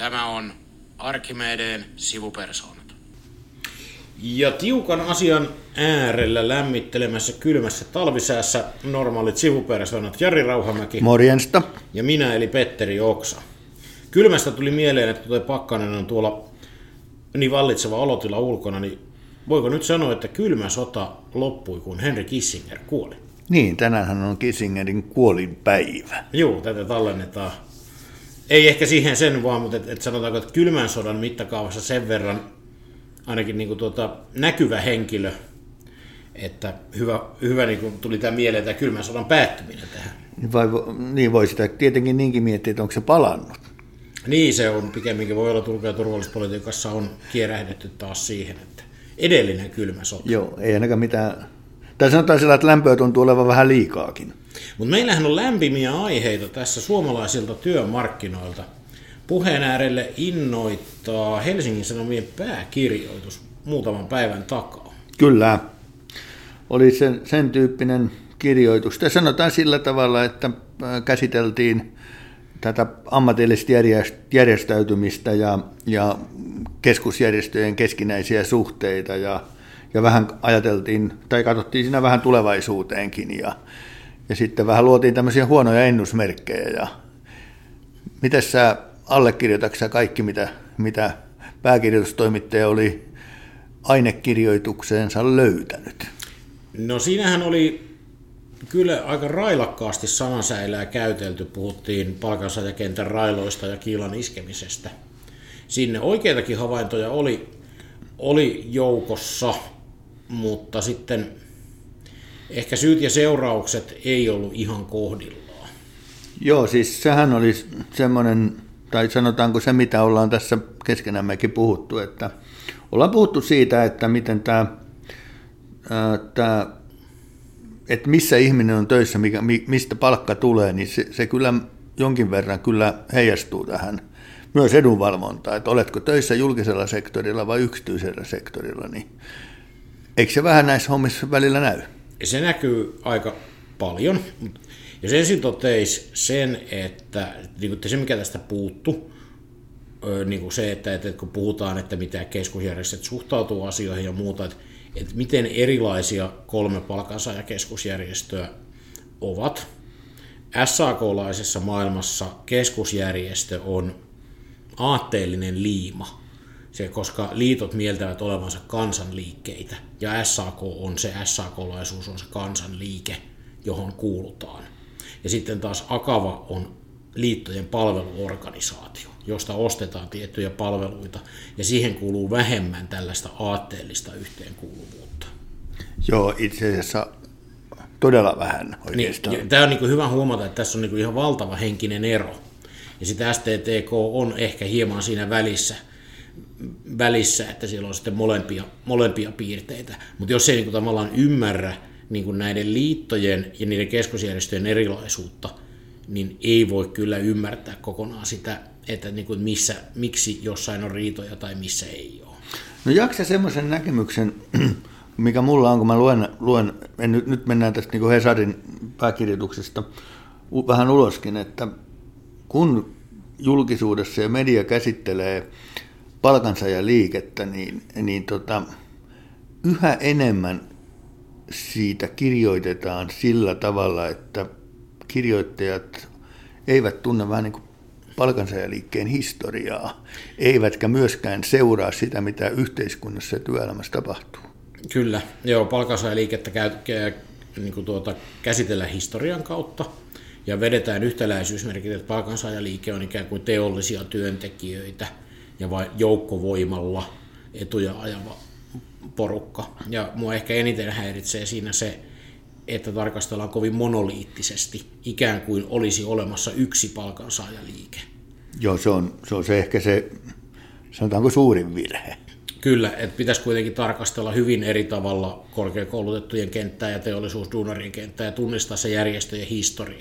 Tämä on Arkimedeen sivupersoonat. Ja tiukan asian äärellä lämmittelemässä kylmässä talvisäässä normaalit sivupersoonat Jari Rauhamäki. Morjensta. Ja minä eli Petteri Oksa. Kylmästä tuli mieleen, että kun pakkanen on tuolla niin vallitseva olotila ulkona, niin voiko nyt sanoa, että kylmä sota loppui, kun Henry Kissinger kuoli? Niin, tänäänhän on Kissingerin kuolinpäivä. Joo, tätä tallennetaan. Ei ehkä siihen sen vaan, mutta sanotaanko, että kylmän sodan mittakaavassa sen ainakin niin kuin näkyvä henkilö, että hyvä niin kuin tuli tämä mieleen, tämä kylmän sodan päättyminen tähän. Niin voi sitä tietenkin niinkin miettiä, että onko se palannut. Niin se on, pikemminkin voi olla ulko- ja turvallisuuspolitiikassa on kierähdetty taas siihen, että edellinen kylmä sota. Joo, ei ainakaan mitään, tai sanotaan sillä, että lämpöä tuntuu olevan vähän liikaakin. Mutta meillähän on lämpimiä aiheita tässä suomalaisilta työmarkkinoilta. Puheen äärelle innoittaa Helsingin Sanomien pääkirjoitus muutaman päivän takaa. Kyllä, oli sen tyyppinen kirjoitus. Te sanotaan sillä tavalla, että käsiteltiin tätä ammatillista järjestäytymistä ja keskusjärjestöjen keskinäisiä suhteita ja vähän ajateltiin, tai katsottiin siinä vähän tulevaisuuteenkin ja sitten vähän luotiin tämmöisiä huonoja ennusmerkkejä. Ja miten sä allekirjoitatko kaikki, mitä pääkirjoitustoimittaja oli ainekirjoitukseensa löytänyt? No siinähän oli kyllä aika railakkaasti sanansäilää käytelty. Puhuttiin palkansaajakentän railoista ja kiilan iskemisestä. Sinne oikeitakin havaintoja oli joukossa, mutta sitten ehkä syyt ja seuraukset ei ollut ihan kohdillaan. Joo, siis sehän oli semmoinen, tai sanotaanko se, mitä ollaan tässä keskenämmekin puhuttu, että ollaan puhuttu siitä, että miten että missä ihminen on töissä, mistä palkka tulee, niin se kyllä jonkin verran kyllä heijastuu tähän myös edunvalvontaan, että oletko töissä julkisella sektorilla vai yksityisellä sektorilla, niin eikö se vähän näissä hommissa välillä näy? Se näkyy aika paljon. Ja sen ensin toteisi sen, että se mikä tästä puuttu, niin kuin se, että kun puhutaan, että mitä keskusjärjestöt suhtautuu asioihin ja muuta, että miten erilaisia 3 palkansaajakeskusjärjestöä ovat. SAK-laisessa maailmassa keskusjärjestö on aatteellinen liima, koska liitot mieltävät olevansa kansanliikkeitä, ja SAK on se, SAK-laisuus on se kansanliike, johon kuulutaan. Ja sitten taas Akava on liittojen palveluorganisaatio, josta ostetaan tiettyjä palveluita, ja siihen kuuluu vähemmän tällaista aatteellista yhteenkuuluvuutta. Joo, itse asiassa todella vähän oikeastaan. Niin, tämä on niin hyvä huomata, että tässä on niin ihan valtava henkinen ero. Ja sitten STTK on ehkä hieman siinä välissä, että siellä on sitten molempia piirteitä. Mutta jos ei niin tavallaan ymmärrä niin näiden liittojen ja niiden keskusjärjestöjen erilaisuutta, niin ei voi kyllä ymmärtää kokonaan sitä, että niin miksi jossain on riitoja tai missä ei ole. No jaksa semmoisen näkemyksen, mikä mulla on, kun mä luen nyt mennään tästä niin kuin Hesarin pääkirjoituksesta vähän uloskin, että kun julkisuudessa ja media käsittelee palkansaajaliikettä, niin yhä enemmän siitä kirjoitetaan sillä tavalla, että kirjoittajat eivät tunne vähän niin kuin palkansaajaliikkeen historiaa, eivätkä myöskään seuraa sitä, mitä yhteiskunnassa ja työelämässä tapahtuu. Kyllä, joo, palkansaajaliikettä käsitellään historian kautta ja vedetään yhtäläisyysmerkit, että palkansaajaliike on ikään kuin teollisia työntekijöitä ja vain joukkovoimalla etuja ajava porukka. Ja mua ehkä eniten häiritsee siinä se, että tarkastellaan kovin monoliittisesti, ikään kuin olisi olemassa yksi palkansaajaliike. Joo, se on ehkä se, sanotaanko suurin virhe. Kyllä, että pitäisi kuitenkin tarkastella hyvin eri tavalla korkeakoulutettujen kenttää ja teollisuusduunarien kenttää ja tunnistaa se järjestöjen historia.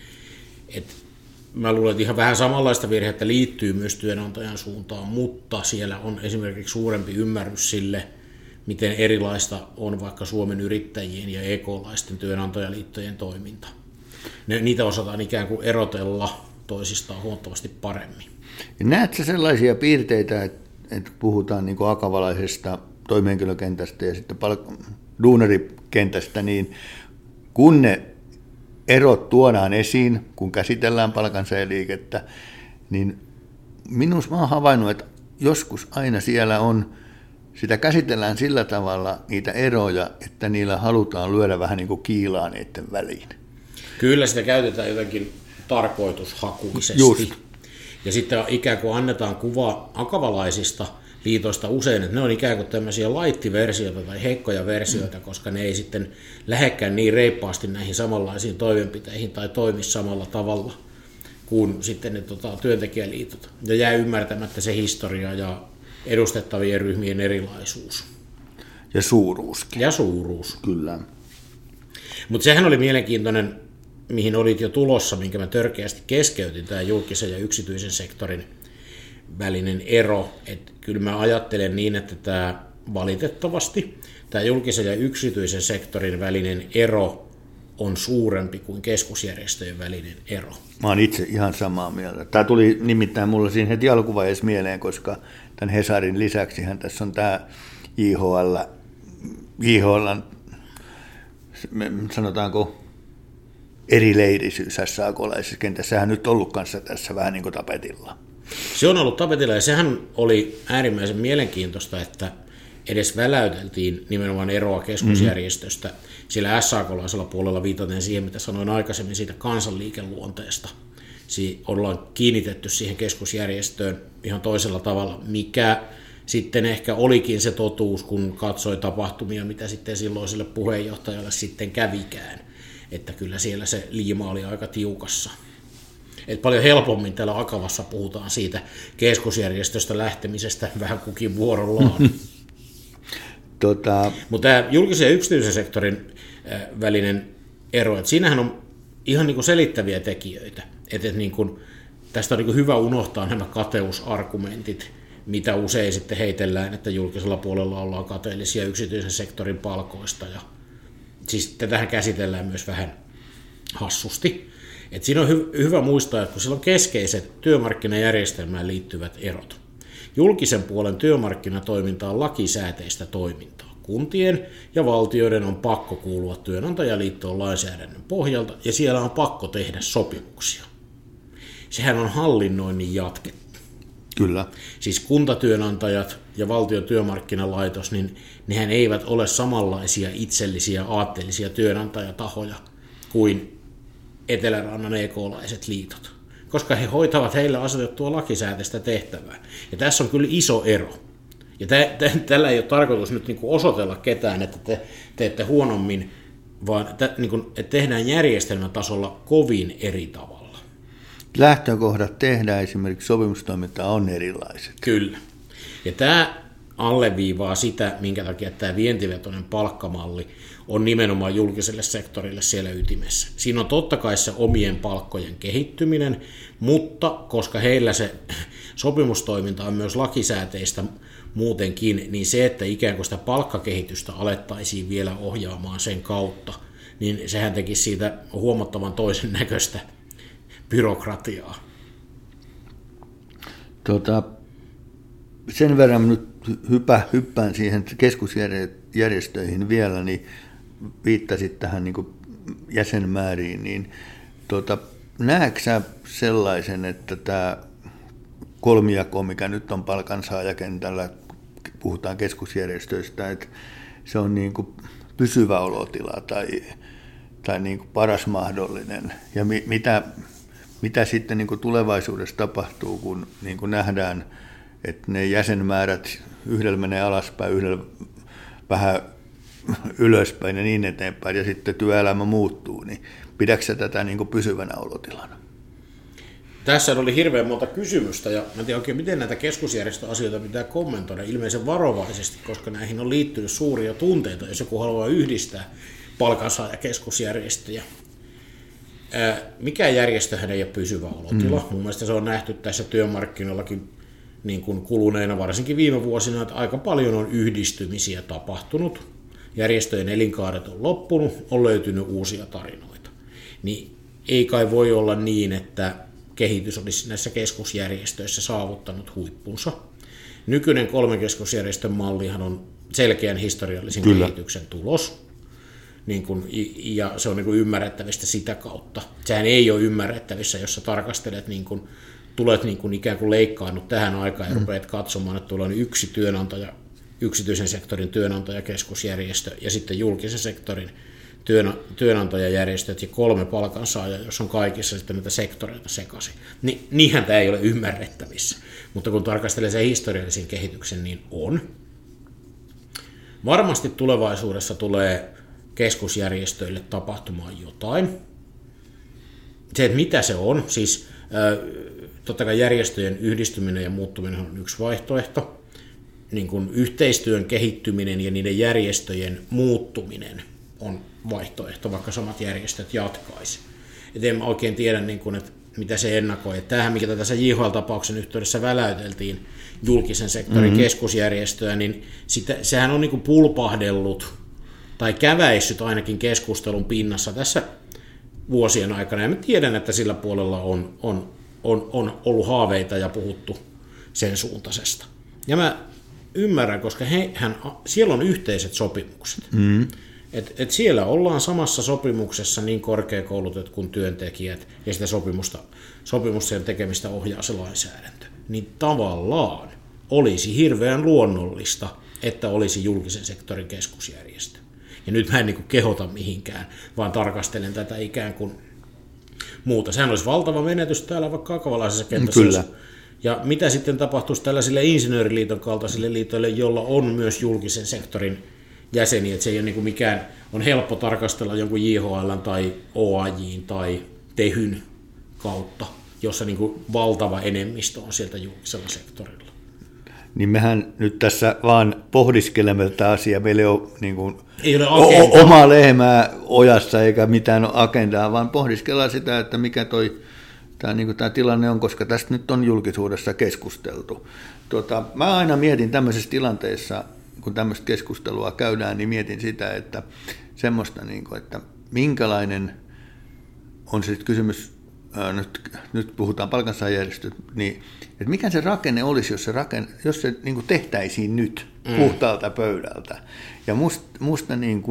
Mä luulen, että ihan vähän samanlaista virhettä liittyy myös työnantajan suuntaan, mutta siellä on esimerkiksi suurempi ymmärrys sille, miten erilaista on vaikka Suomen yrittäjien ja EK-laisten työnantajaliittojen toiminta. Niitä osataan ikään kuin erotella toisistaan huomattavasti paremmin. Ja näetkö sellaisia piirteitä, että puhutaan niin kuin akavalaisesta toimeentulokentästä ja sitten duunarikentästä, niin kun ne erot tuodaan esiin, kun käsitellään palkansaajaliikettä, niin mä oon havainnut, että joskus aina siellä sitä käsitellään sillä tavalla niitä eroja, että niillä halutaan lyödä vähän niin kuin kiilaa niiden väliin. Kyllä sitä käytetään jotenkin tarkoitushakuisesti. Just. Ja sitten ikään kuin annetaan kuva akavalaisista liitoista usein, että ne on ikään kuin tämmöisiä light-versioita tai heikkoja versioita, koska ne ei sitten lähekkään niin reippaasti näihin samanlaisiin toimenpiteihin tai toimi samalla tavalla kuin sitten ne työntekijäliitot. Ja jää ymmärtämättä se historia ja edustettavien ryhmien erilaisuus. Ja suuruuskin. Ja suuruus. Kyllä. Mutta sehän oli mielenkiintoinen, mihin olit jo tulossa, minkä mä törkeästi keskeytin, tämä julkisen ja yksityisen sektorin välinen ero. Että kyllä mä ajattelen niin, että tämä valitettavasti tämä julkisen ja yksityisen sektorin välinen ero on suurempi kuin keskusjärjestöjen välinen ero. Mä oon itse ihan samaa mieltä. Tämä tuli nimittäin mulle siinä heti alkuvaiheessa mieleen, koska tämän Hesarin lisäksihän tässä on tämä JHL:n, sanotaanko, erileirisyys SAK:laisessa kentässä. Sehän nyt ollut kanssa tässä vähän niin kuin tapetilla. Se on ollut tapetilla ja sehän oli äärimmäisen mielenkiintoista, että edes väläyteltiin nimenomaan eroa keskusjärjestöstä, sillä SAK-laisella puolella viitaten siihen, mitä sanoin aikaisemmin siitä kansanliikeluonteesta. Ollaan kiinnitetty siihen keskusjärjestöön ihan toisella tavalla, mikä sitten ehkä olikin se totuus, kun katsoi tapahtumia, mitä sitten silloiselle puheenjohtajalle sitten kävikään. Että kyllä siellä se liima oli aika tiukassa. Et paljon helpommin täällä Akavassa puhutaan siitä keskusjärjestöstä lähtemisestä vähän kukin vuorollaan. Mutta tämä julkisen ja yksityisen sektorin välinen ero, että siinähän on ihan niin kuin selittäviä tekijöitä. Että niin kuin, tästä on niin kuin hyvä unohtaa nämä kateusargumentit, mitä usein sitten heitellään, että julkisella puolella ollaan kateellisia yksityisen sektorin palkoista. Ja siis tätähän käsitellään myös vähän hassusti. Et siinä on hyvä muistaa, että kun siellä on keskeiset työmarkkinajärjestelmään liittyvät erot. Julkisen puolen työmarkkinatoiminta on lakisääteistä toimintaa. Kuntien ja valtioiden on pakko kuulua työnantajaliittoon lainsäädännön pohjalta, ja siellä on pakko tehdä sopimuksia. Sehän on hallinnoinnin jatke. Kyllä. Siis kuntatyönantajat ja valtion työmarkkinalaitos, niin nehän eivät ole samanlaisia itsellisiä aatteellisia työnantajatahoja kuin Etelärannan EK-laiset liitot, koska he hoitavat heille asetettua lakisääteistä tehtävää. Ja tässä on kyllä iso ero. Ja tällä ei ole tarkoitus nyt niin kuin osoitella ketään, että te teette huonommin, vaan että tehdään järjestelmätasolla kovin eri tavalla. Lähtökohdat tehdään esimerkiksi sopimustoimintaa on erilaiset. Kyllä. Ja tämä alleviivaa sitä, minkä takia tämä vientivetoinen palkkamalli on nimenomaan julkiselle sektorille siellä ytimessä. Siinä on totta kai se omien palkkojen kehittyminen, mutta koska heillä se sopimustoiminta on myös lakisääteistä muutenkin, niin se, että ikään kuin sitä palkkakehitystä alettaisiin vielä ohjaamaan sen kautta, niin sehän tekisi siitä huomattavan toisen näköistä byrokratiaa. Sen verran nyt hyppään siihen keskusjärjestöihin vielä, niin viittasit tähän niin kuin jäsenmääriin, niin näetkö sä sellaisen, että tämä kolmijako, mikä nyt on palkansaajakentällä, puhutaan keskusjärjestöistä, että se on niin kuin pysyvä olotila tai niin kuin paras mahdollinen, ja mitä sitten niin kuin tulevaisuudessa tapahtuu, kun niin kuin nähdään, että ne jäsenmäärät yhdellä menee alaspäin, yhdellä vähän ylöspäin ja niin eteenpäin, ja sitten työelämä muuttuu, niin pidätkö tätä niin kuin pysyvänä olotilana? Tässä oli hirveän monta kysymystä, ja mä en tiedä oikein, miten näitä keskusjärjestöasioita pitää kommentoida ilmeisen varovaisesti, koska näihin on liittynyt suuria tunteita, jos joku haluaa yhdistää palkansaajakeskusjärjestöjä. Mikään järjestöhän ei ole pysyvä olotila. Mun mielestä se on nähty tässä työmarkkinoillakin niin kuin kuluneina, varsinkin viime vuosina, että aika paljon on yhdistymisiä tapahtunut. Järjestöjen elinkaaret on loppunut, on löytynyt uusia tarinoita. Niin ei kai voi olla niin, että kehitys olisi näissä keskusjärjestöissä saavuttanut huippunsa. Nykyinen 3 keskusjärjestön mallihan on selkeän historiallisen kehityksen tulos. Ja se on ymmärrettävistä sitä kautta. Sehän ei ole ymmärrettävissä, jos sä tarkastelet, tulet ikään kuin leikkaannut tähän aikaan ja rupeat katsomaan, että tuolla on yksi työnantaja, yksityisen sektorin työnantajakeskusjärjestö ja sitten julkisen sektorin työnantajajärjestöt ja 3 palkansaajaa, jos on kaikissa sitten näitä sektoreita sekaisin. Niinhän tämä ei ole ymmärrettävissä, mutta kun tarkastelee sen historiallisen kehityksen, niin on. Varmasti tulevaisuudessa tulee keskusjärjestöille tapahtumaan jotain. Se, että mitä se on, siis totta kai järjestöjen yhdistyminen ja muuttuminen on yksi vaihtoehto. Niin kuin yhteistyön kehittyminen ja niiden järjestöjen muuttuminen on vaihtoehto, vaikka samat järjestöt jatkaisi. Et en oikein tiedä, että mitä se ennakoi. Tämähän, mikä tässä JHL-tapauksen yhteydessä väläyteltiin julkisen sektorin keskusjärjestöä, niin sehän on pulpahdellut tai käväissyt ainakin keskustelun pinnassa tässä vuosien aikana. Ja mä tiedän, että sillä puolella on ollut haaveita ja puhuttu sen suuntaisesta. Ja mä ymmärrän, koska siellä on yhteiset sopimukset. Et siellä ollaan samassa sopimuksessa niin korkeakoulutetut kuin työntekijät, ja sitä sopimusten tekemistä ohjaa se lainsäädäntö. Niin tavallaan olisi hirveän luonnollista, että olisi julkisen sektorin keskusjärjestö. Ja nyt mä en kehota mihinkään, vaan tarkastelen tätä ikään kuin muuta. Sehän olisi valtava menetys täällä vaikka akavalaisessa kentässä. Kyllä. Ja mitä sitten tapahtuisi tällaisille insinööriliiton kaltaisille liitoille, jolla on myös julkisen sektorin jäseniä, että se ei ole mikään, on helppo tarkastella jonkun JHL tai OAJ:n tai TEHyn kautta, jossa valtava enemmistö on sieltä julkisella sektorilla. Niin mehän nyt tässä vaan pohdiskelemme tätä asiaa, meillä ei ole omaa lehmää ojassa eikä mitään agendaa, vaan pohdiskellaan sitä, että mikä tämä tilanne on, koska tästä nyt on julkisuudessa keskusteltu. Mä aina mietin tämmöisessä tilanteessa, kun tämmöistä keskustelua käydään, niin mietin sitä, että semmoista, että minkälainen on se kysymys, nyt puhutaan palkansaajajärjestöt, niin että mikä se rakenne olisi, jos se tehtäisiin nyt puhtaalta pöydältä. Ja musta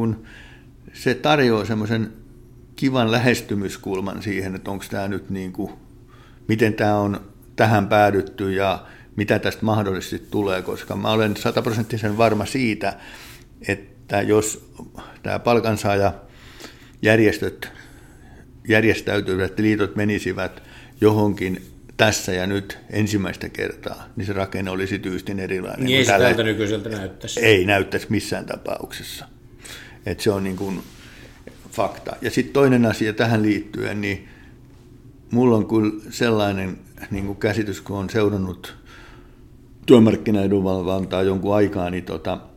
se tarjoaa semmoisen kivan lähestymiskulman siihen, että onko tämä nyt miten tämä on tähän päädytty ja mitä tästä mahdollisesti tulee, koska mä olen 100% varma siitä, että jos tämä palkansaajajärjestöt järjestäytyvät, liitot menisivät johonkin tässä ja nyt ensimmäistä kertaa, niin se rakenne olisi tyystin erilainen. Niin ei se tältä nykyiseltä näyttäisi. Ei näyttäisi missään tapauksessa. Että se on fakta. Ja sitten toinen asia tähän liittyen, niin mulla on kyllä sellainen käsitys, kun on seurannut työmarkkinaedunvalvontaa jonkun aikaa, niin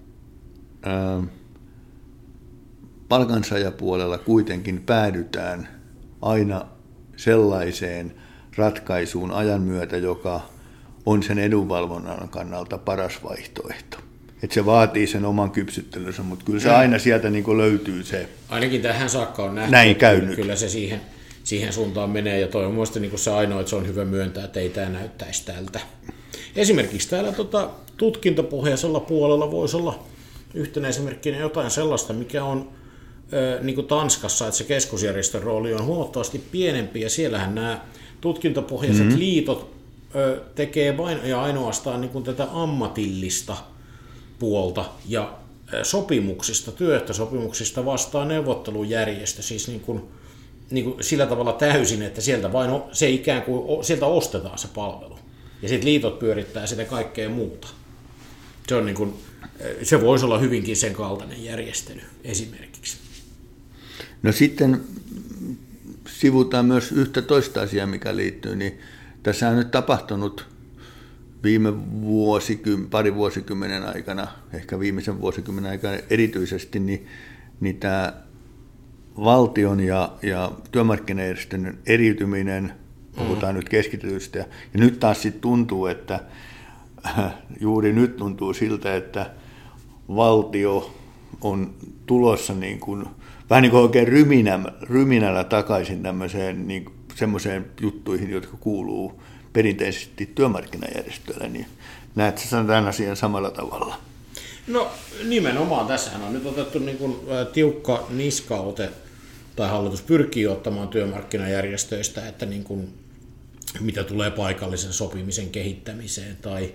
palkansaajapuolella kuitenkin päädytään aina sellaiseen ratkaisuun ajan myötä, joka on sen edunvalvonnan kannalta paras vaihtoehto. Että se vaatii sen oman kypsyttelynsä, mutta kyllä se aina sieltä löytyy se. Ainakin tähän saakka on nähty. Näin käynyt. Kyllä se siihen suuntaan menee, ja toi on mielestäni se ainoa, että se on hyvä myöntää, että ei tämä näyttäisi tältä. Esimerkiksi täällä tutkintopohjaisella puolella voisi olla yhtenä esimerkkinä jotain sellaista, mikä on niin kuin Tanskassa, että se keskusjärjestön rooli on huomattavasti pienempi, ja siellähän nämä tutkintopohjaiset liitot tekee vain ja ainoastaan niin kuin tätä ammatillista puolta, ja sopimuksista, työehtosopimuksista vastaa neuvottelujärjestö, siis niin kuin sillä tavalla täysin, että sieltä vain se ikään kuin sieltä ostetaan se palvelu, ja sitten liitot pyörittää sitä kaikkea muuta. Se on se voisi olla hyvinkin sen kaltainen järjestely esimerkiksi. No sitten sivutaan myös yhtä toista asiaa, mikä liittyy, niin tässä on nyt tapahtunut viime pari vuosikymmenen aikana, ehkä viimeisen vuosikymmenen aikana erityisesti, niin tämä valtion ja työmarkkinajärjestön eriytyminen, puhutaan nyt keskitetystä, ja nyt taas sitten tuntuu, että juuri nyt tuntuu siltä, että valtio on tulossa vähän oikein ryminällä takaisin tämmöiseen semmoiseen juttuihin, jotka kuuluu perinteisesti työmarkkinajärjestöille, niin näet sä tämän asian samalla tavalla? No nimenomaan, tässähän on nyt otettu niin kuin tiukka niskaote, tai hallitus pyrkii ottamaan työmarkkinajärjestöistä, että niin kuin, mitä tulee paikallisen sopimisen kehittämiseen tai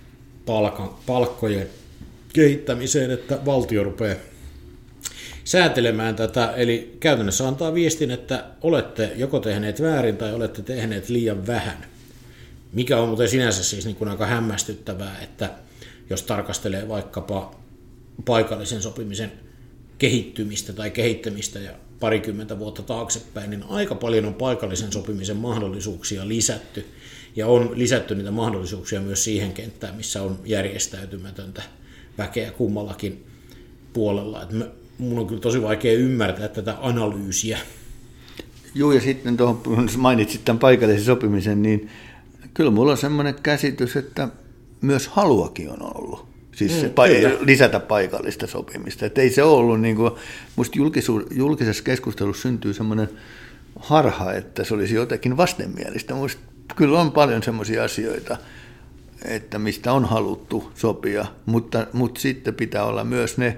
palkkojen kehittämiseen, että valtio rupeaa säätelemään tätä, eli käytännössä antaa viestin, että olette joko tehneet väärin tai olette tehneet liian vähän, mikä on muuten sinänsä siis niin kuin aika hämmästyttävää, että jos tarkastelee vaikkapa paikallisen sopimisen kehittymistä tai kehittämistä ja parikymmentä vuotta taaksepäin, niin aika paljon on paikallisen sopimisen mahdollisuuksia lisätty, ja on lisätty niitä mahdollisuuksia myös siihen kenttään, missä on järjestäytymätöntä väkeä kummallakin puolella. Et mun on kyllä tosi vaikea ymmärtää tätä analyysiä. Joo, ja sitten tuohon, kun mainitsit tämän paikallisen sopimisen, niin kyllä mulla on semmoinen käsitys, että myös haluakin on ollut. Siis se lisätä paikallista sopimista. Että ei se ole ollut, niin kuin, musta julkisessa keskustelussa syntyy semmoinen harha, että se olisi jotenkin vastenmielistä. Musta kyllä on paljon semmoisia asioita, että mistä on haluttu sopia, mutta sitten pitää olla myös ne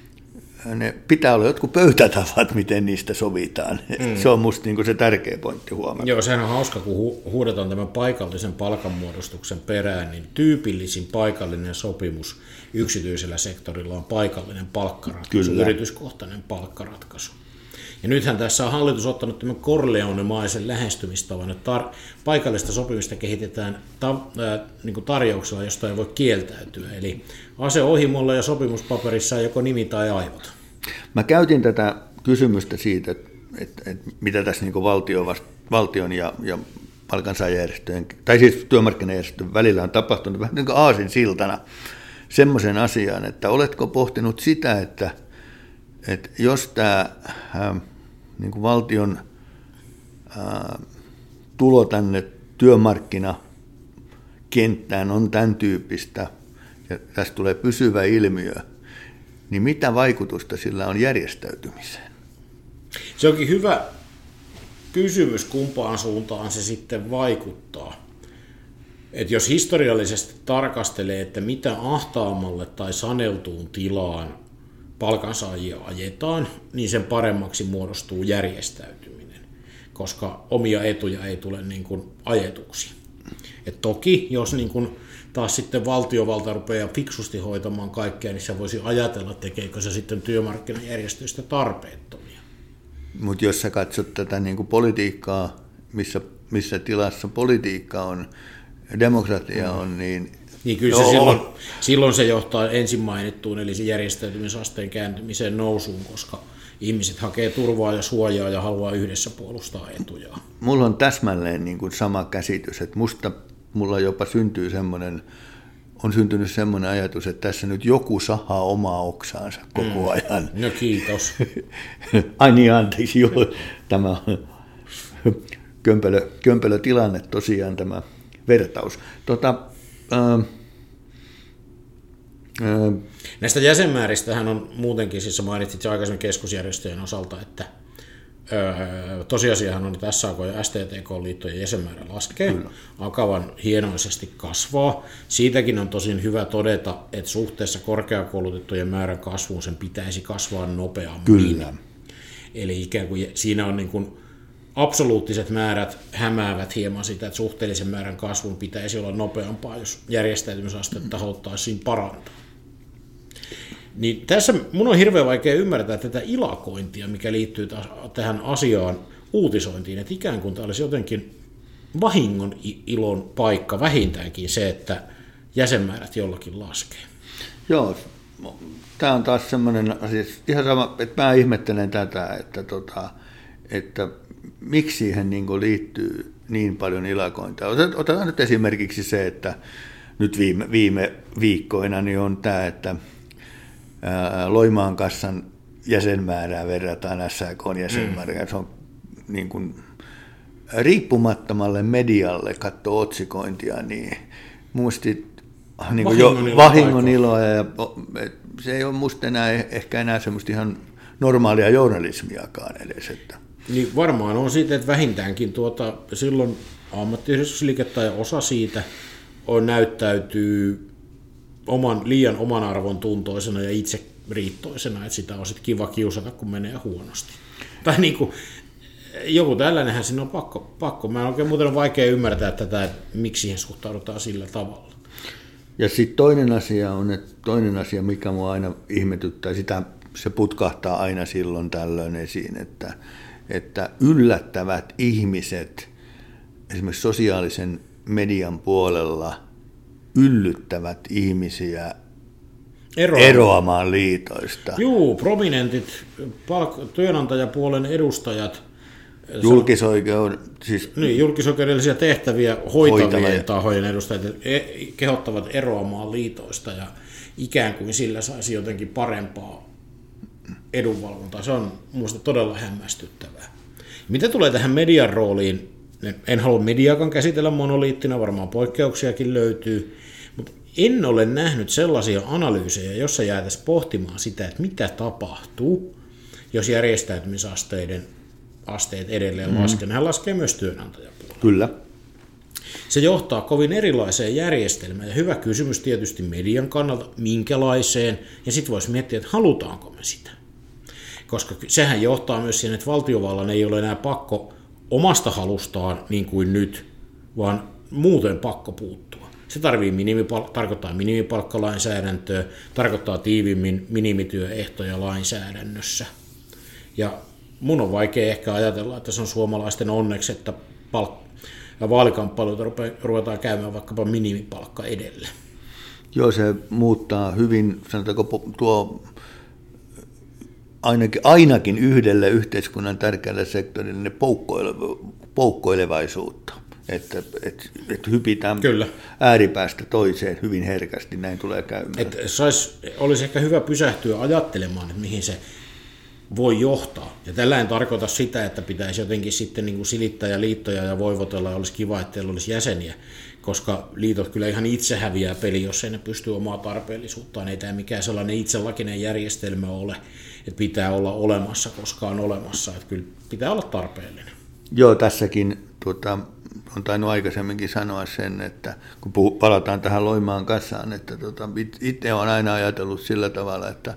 pitää olla jotkut pöytätavat, miten niistä sovitaan. Se on musta niin kuin se tärkeä pointti huomata. Joo, sehän on hauska, kun huudetaan tämän paikallisen palkanmuodostuksen perään, niin tyypillisin paikallinen sopimus yksityisellä sektorilla on paikallinen palkkaratkaisu, kyllä, yrityskohtainen palkkaratkaisu. Ja nythän tässä on hallitus ottanut tämän Corleone-maisen lähestymistavan, että paikallista sopimista kehitetään niin kuin tarjouksella, josta ei voi kieltäytyä. Eli aseohimolla ja sopimuspaperissa on joko nimi tai aivot. Mä käytin tätä kysymystä siitä, että mitä tässä niin kuin valtion ja palkansaajajärjestöjen, tai siis työmarkkinajärjestöjen välillä on tapahtunut vähän niin kuin aasinsiltana semmoisen asian, että oletko pohtinut sitä, että jos tämä niin kuin valtion tulo tänne työmarkkinakenttään on tämän tyyppistä, ja tästä tulee pysyvä ilmiö, niin mitä vaikutusta sillä on järjestäytymiseen? Se onkin hyvä kysymys, kumpaan suuntaan se sitten vaikuttaa. Et jos historiallisesti tarkastelee, että mitä ahtaammalle tai saneltuun tilaan palkansaajia ajetaan, niin sen paremmaksi muodostuu järjestäytyminen, koska omia etuja ei tule niin kuin ajetuksi. Et toki, jos niin kuin taas sitten valtiovalta rupeaa fiksusti hoitamaan kaikkea, niin se voisi ajatella, tekeekö se sitten työmarkkinajärjestöistä tarpeettomia. Mutta jos sä katsot tätä niin kuin politiikkaa, missä tilassa politiikka on, demokratia on, niin kyllä se silloin se johtaa ensin mainittuun, eli se järjestäytymisasteen kääntymiseen nousuun, koska ihmiset hakee turvaa ja suojaa ja haluaa yhdessä puolustaa etujaan. Mulla on täsmälleen niin kuin sama käsitys, että mulla jopa on syntynyt semmoinen ajatus, että tässä nyt joku sahaa omaa oksaansa koko ajan. No kiitos. Ai niin, anteeksi, joo, tämä on kömpelö tilanne tosiaan tämä vertaus. Näistä jäsenmääristähän on muutenkin, siis mainitsit aikaisemmin keskusjärjestöjen osalta, että tosiasiahan on, että SAK ja STTK-liittojen jäsenmäärä laskee, Akavan hienoisesti kasvaa. Siitäkin on tosin hyvä todeta, että suhteessa korkeakoulutettujen määrän kasvuun sen pitäisi kasvaa nopeammin. Kyllä. Eli ikään kuin siinä on niin kuin absoluuttiset määrät hämäävät hieman sitä, että suhteellisen määrän kasvun pitäisi olla nopeampaa, jos järjestäytymisastetta haluttaisiin parantaa. Niin tässä mun on hirveän vaikea ymmärtää tätä ilakointia, mikä liittyy tähän asiaan uutisointiin, että ikään kuin tämä olisi jotenkin vahingon ilon paikka, vähintäänkin se, että jäsenmäärät jollakin laskee. Joo, tämä on taas semmoinen asia, ihan sama, että mä ihmettelen tätä, että miksi siihen niin liittyy niin paljon ilakointia. Otetaan nyt esimerkiksi se, että nyt viime viikkoina niin on tämä, että Loimaan kassan jäsenmäärää verrataan SAK:n jäsenmäärään. Se on niin kuin riippumattomalle medialle katsoo otsikointia, niin muistit niin kuin vahingon iloa, ja se ei ole musta ehkä enää semmoista ihan normaalia journalismiakaan edes. Että. Niin varmaan on siitä, että vähintäänkin silloin ammattiyhdistysliike tai osa siitä näyttäytyy liian oman arvon tuntoisena ja itseriittoisena, että sitä on sitten kiva kiusata, kun menee huonosti. Tai niin kuin, joku tällainenhän siinä on pakko. Mä en oikein muuten ole vaikea ymmärtää tätä, että miksi siihen suhtaudutaan sillä tavalla. Ja sitten toinen asia, mikä mua aina ihmetyttää, se putkahtaa aina silloin tällöin esiin, että yllättävät ihmiset esimerkiksi sosiaalisen median puolella yllyttävät ihmisiä eroamaan liitoista. Juu, prominentit työnantajapuolen edustajat, julkisoikeudellisia tehtäviä hoitavien tahojen edustajat kehottavat eroamaan liitoista ja ikään kuin sillä saisi jotenkin parempaa edunvalvontaa. Se on minusta todella hämmästyttävää. Mitä tulee tähän median rooliin, en halua mediakaan käsitellä monoliittina, varmaan poikkeuksiakin löytyy, mutta en ole nähnyt sellaisia analyysejä, jossa jäätäisiin pohtimaan sitä, että mitä tapahtuu, jos järjestäytymisasteet edelleen laskevat. Nehän laskee myös työnantajapuolella. Kyllä. Se johtaa kovin erilaiseen järjestelmään, ja hyvä kysymys tietysti median kannalta, minkälaiseen, ja sitten voisi miettiä, että halutaanko me sitä. Koska sehän johtaa myös siihen, että valtiovallan ei ole enää pakko omasta halustaan niin kuin nyt, vaan muuten pakko puuttua. Se tarkoittaa minimipalkkalainsäädäntöä, tarkoittaa tiivimmin minimityöehtoja lainsäädännössä. Ja mun on vaikea ehkä ajatella, että se on suomalaisten onneksi, että vaalikamppailuita ruvetaan käymään vaikkapa minimipalkka edellä. Joo, se muuttaa hyvin, sanotaanko tuo ainakin yhdelle yhteiskunnan tärkeälle sektorille poukkoilevaisuutta, että hypitään Kyllä. ääripäästä toiseen hyvin herkästi, näin tulee käymään. Olisi ehkä hyvä pysähtyä ajattelemaan, että mihin se voi johtaa. Ja tällä en tarkoita sitä, että pitäisi jotenkin sitten niin kuin silittää ja liittoja ja voivotella ja olisi kiva, että teillä olisi jäseniä, koska liitot kyllä ihan itse häviää peli, jos ei ne pysty omaa tarpeellisuuttaan. Ei tämä mikään sellainen itselakinen järjestelmä ole, että pitää olla olemassa, koska on olemassa. Että kyllä pitää olla tarpeellinen. Joo, tässäkin on tainnut aikaisemminkin sanoa sen, että kun palataan tähän Loimaan kassaan, että itse olen aina ajatellut sillä tavalla, että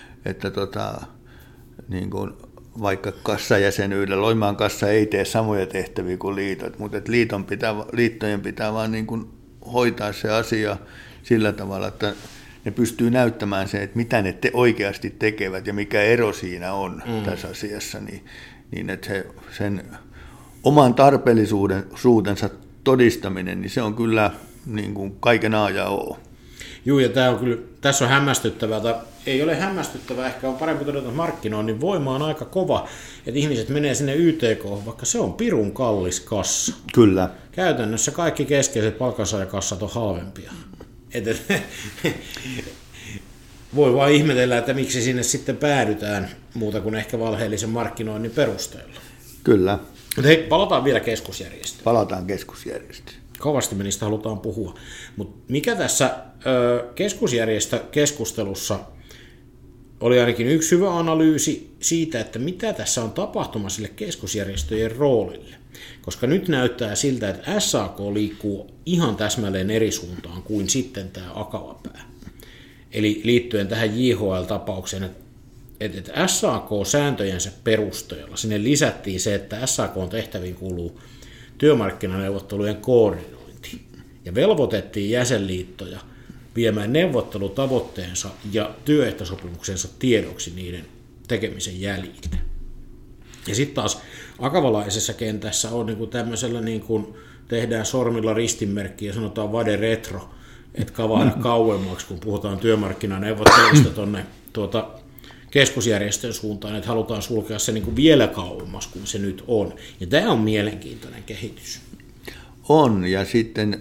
niin kuin vaikka kassajäsenyydellä, Loimaan kassa ei tee samoja tehtäviä kuin liitot, mutta liittojen pitää vaan niin kuin hoitaa se asia sillä tavalla, että ne pystyy näyttämään sen, että mitä ne oikeasti tekevät ja mikä ero siinä on tässä asiassa, niin että sen oman tarpeellisuutensa todistaminen, niin se on kyllä niin kuin kaiken A ja O. Joo, ja tässä on hämmästyttävää, tai ei ole hämmästyttävää, ehkä on parempi todeta, että markkinoinnin voima on aika kova, että ihmiset menee sinne YTK, vaikka se on pirun kallis kassa. Kyllä. Käytännössä kaikki keskeiset palkansaajakassat on halvempia. Voi vaan ihmetellä, että miksi sinne sitten päädytään muuta kuin ehkä valheellisen markkinoinnin perusteella. Kyllä. Mutta hei, palataan vielä keskusjärjestöön. Palataan keskusjärjestöön. Kovasti me niistä halutaan puhua. Mutta mikä tässä keskusjärjestökeskustelussa oli ainakin yksi hyvä analyysi siitä, että mitä tässä on tapahtumassa sille keskusjärjestöjen roolille. Koska nyt näyttää siltä, että SAK liikkuu ihan täsmälleen eri suuntaan kuin sitten tämä Akavapää. Eli liittyen tähän JHL-tapaukseen, että SAK-sääntöjensä perusteella sinne lisättiin se, että SAK-tehtäviin kuuluu työmarkkinaneuvottelujen koordinointi ja velvoitettiin jäsenliittoja viemään neuvottelutavoitteensa ja työehtosopimuksensa tiedoksi niiden tekemisen jäljiltä. Ja sitten taas akavalaisessa kentässä on niin kuin tämmöisellä, niin kuin tehdään sormilla ristinmerkki ja sanotaan vade retro, että kavaada kauemmaksi, kun puhutaan työmarkkinaneuvotteluista tuonne keskusjärjestön suuntaan, että halutaan sulkea se niin kuin vielä kauemmas kuin se nyt on. Ja tämä on mielenkiintoinen kehitys. On, ja sitten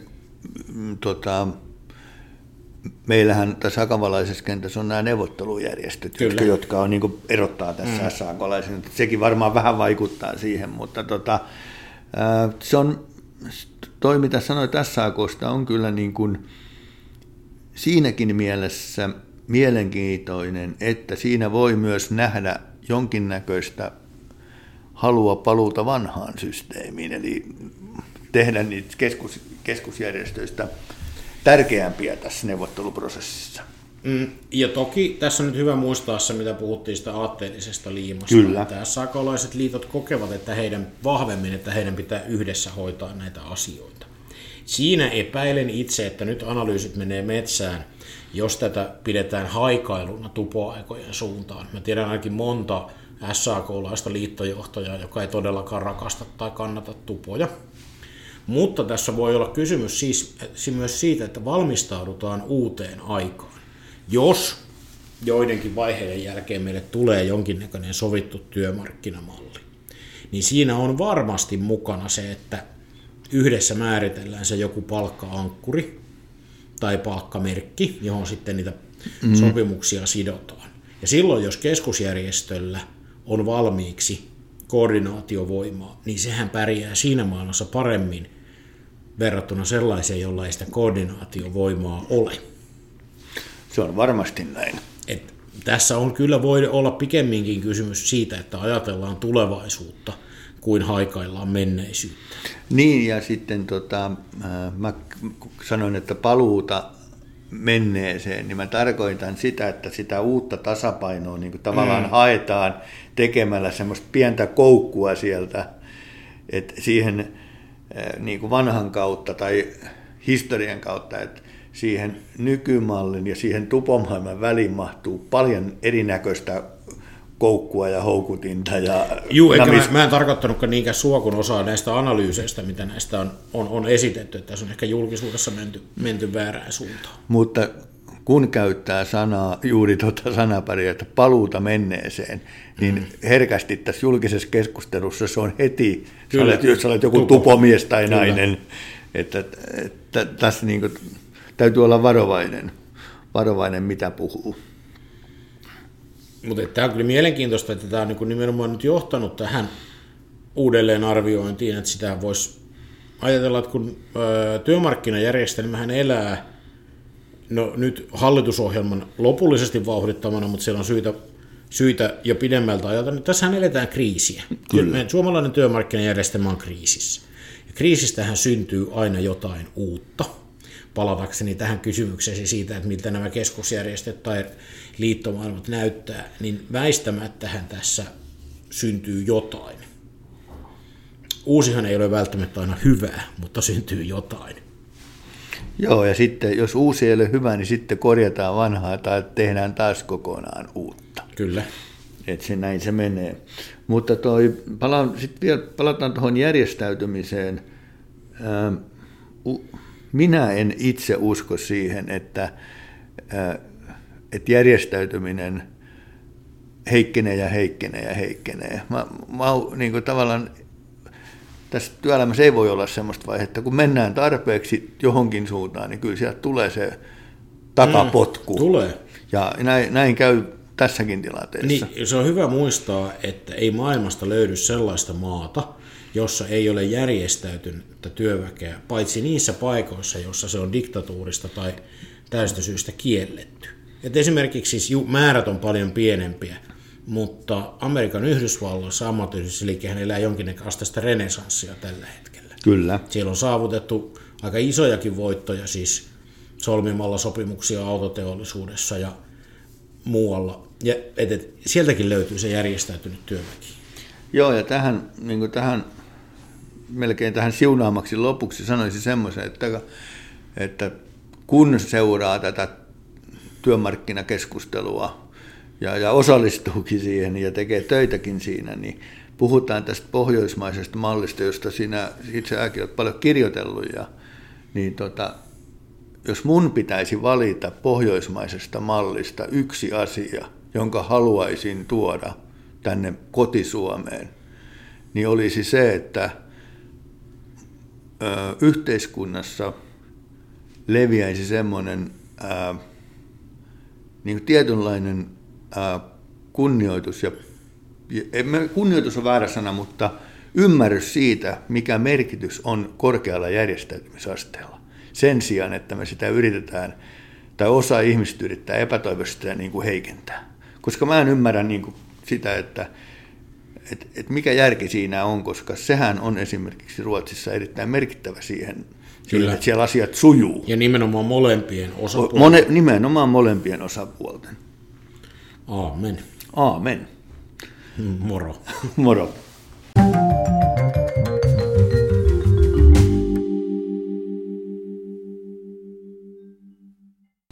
meillähän tässä akavalaisessa kentässä on nämä neuvottelujärjestöt, jotka on, niin kuin erottaa tässä SAK-laisen. Sekin varmaan vähän vaikuttaa siihen, mutta se on, mitä sanoit SAK:sta, on kyllä niin kuin siinäkin mielessä mielenkiintoinen, että siinä voi myös nähdä jonkinnäköistä halua paluuta vanhaan systeemiin, eli tehdä niitä keskusjärjestöistä tärkeämpiä tässä neuvotteluprosessissa. Ja toki tässä on nyt hyvä muistaa se, mitä puhuttiin sitä aatteellisesta liimasta. Kyllä. Että SAK:laiset liitot kokevat, että heidän pitää yhdessä hoitaa näitä asioita. Siinä epäilen itse, että nyt analyysit menee metsään, jos tätä pidetään haikailuna tupoaikojen suuntaan. Mä tiedän ainakin monta SAK-laista liittojohtajaa, joka ei todellakaan rakasta tai kannata tupoja. Mutta tässä voi olla kysymys siis myös siitä, että valmistaudutaan uuteen aikaan. Jos joidenkin vaiheiden jälkeen meille tulee jonkinnäköinen sovittu työmarkkinamalli, niin siinä on varmasti mukana se, että yhdessä määritellään se joku palkka-ankkuri tai palkkamerkki, johon sitten niitä sopimuksia sidotaan. Ja silloin, jos keskusjärjestöllä on valmiiksi koordinaatiovoimaa, niin sehän pärjää siinä maailmassa paremmin verrattuna sellaiseen, jolla ei sitä koordinaatiovoimaa ole. Se on varmasti näin. Tässä on kyllä voi olla pikemminkin kysymys siitä, että ajatellaan tulevaisuutta kuin haikaillaan menneisyyttä. Niin, ja sitten mä sanoin, että paluuta menneeseen, niin mä tarkoitan sitä, että sitä uutta tasapainoa niin kuin tavallaan haetaan tekemällä semmoista pientä koukkua sieltä, että siihen niin kuin vanhan kautta tai historian kautta, että siihen nykymallin ja siihen tupomaailman väliin mahtuu paljon erinäköistä koukkua ja houkutinta. Mä en tarkoittanutkaan niinkään sua, kun osaa näistä analyyseistä, mitä näistä on esitetty, että tässä on ehkä julkisuudessa menty väärään suuntaan. Mutta kun käyttää juuri sanaparia, että paluuta menneeseen, niin herkästi tässä julkisessa keskustelussa se on heti, jos olet joku tupomies tai nainen, että tässä niin kuin täytyy olla varovainen mitä puhuu. Mutta tämä on kyllä mielenkiintoista, että tämä on niin nimenomaan nyt johtanut tähän uudelleenarviointiin, että sitä voisi ajatella, että kun työmarkkinajärjestelmähän elää nyt hallitusohjelman lopullisesti vauhdittamana, mutta siellä on syitä jo pidemmältä ajatella, niin tässähän eletään kriisiä. Kyllä. Suomalainen työmarkkinajärjestelmä on kriisissä. Ja kriisistähän syntyy aina jotain uutta. Palatakseni tähän kysymykseen siitä, että miltä nämä keskusjärjestöt tai liittomaailmat näyttää, niin väistämättähän tässä syntyy jotain. Uusihan ei ole välttämättä aina hyvää, mutta syntyy jotain. Joo, ja sitten jos uusi ei ole hyvä, niin sitten korjataan vanhaa tai tehdään taas kokonaan uutta. Kyllä. Että näin se menee. Mutta sitten vielä palataan tuohon järjestäytymiseen. Minä en itse usko siihen, että järjestäytyminen heikkenee ja heikkenee ja heikkenee. Niin kuin tavallaan tässä työelämässä ei voi olla sellaista vaihetta, kun mennään tarpeeksi johonkin suuntaan, niin kyllä sieltä tulee se takapotku. Tulee. Ja näin käy tässäkin tilanteessa. Niin, se on hyvä muistaa, että ei maailmasta löydy sellaista maata, jossa ei ole järjestäytynyttä työväkeä, paitsi niissä paikoissa, jossa se on diktatuurista tai täystä syystä kielletty. Et esimerkiksi siis määrät on paljon pienempiä, mutta Amerikan Yhdysvalloissa ammattiyhdistysliikehän elää jonkinnäköistä renesanssia tällä hetkellä. Kyllä. Siellä on saavutettu aika isojakin voittoja, siis solmimalla sopimuksia autoteollisuudessa ja muualla. Ja sieltäkin löytyy se järjestäytynyt työväki. Joo, ja melkein tähän siunaamaksi lopuksi sanoisin semmoisen, että kun seuraa tätä työmarkkinakeskustelua ja osallistuukin siihen ja tekee töitäkin siinä, niin puhutaan tästä pohjoismaisesta mallista, josta sinä itseäkin olet paljon kirjoitellut. Niin jos mun pitäisi valita pohjoismaisesta mallista yksi asia, jonka haluaisin tuoda tänne kotisuomeen, niin olisi se, että yhteiskunnassa leviäisi semmoinen niin tietynlainen kunnioitus, kunnioitus on väärä sana, mutta ymmärrys siitä, mikä merkitys on korkealla järjestäytymisasteella. Sen sijaan, että me sitä yritetään, tai osa ihmistä yrittää epätoivoisesti sitä niin kuin heikentää. Koska mä en ymmärrä niin kuin sitä, että että mikä järki siinä on, koska sehän on esimerkiksi Ruotsissa erittäin merkittävä siihen, että siellä asiat sujuu. Ja nimenomaan molempien osapuolten. Nimenomaan molempien osapuolten. Aamen. Aamen. Moro. Moro.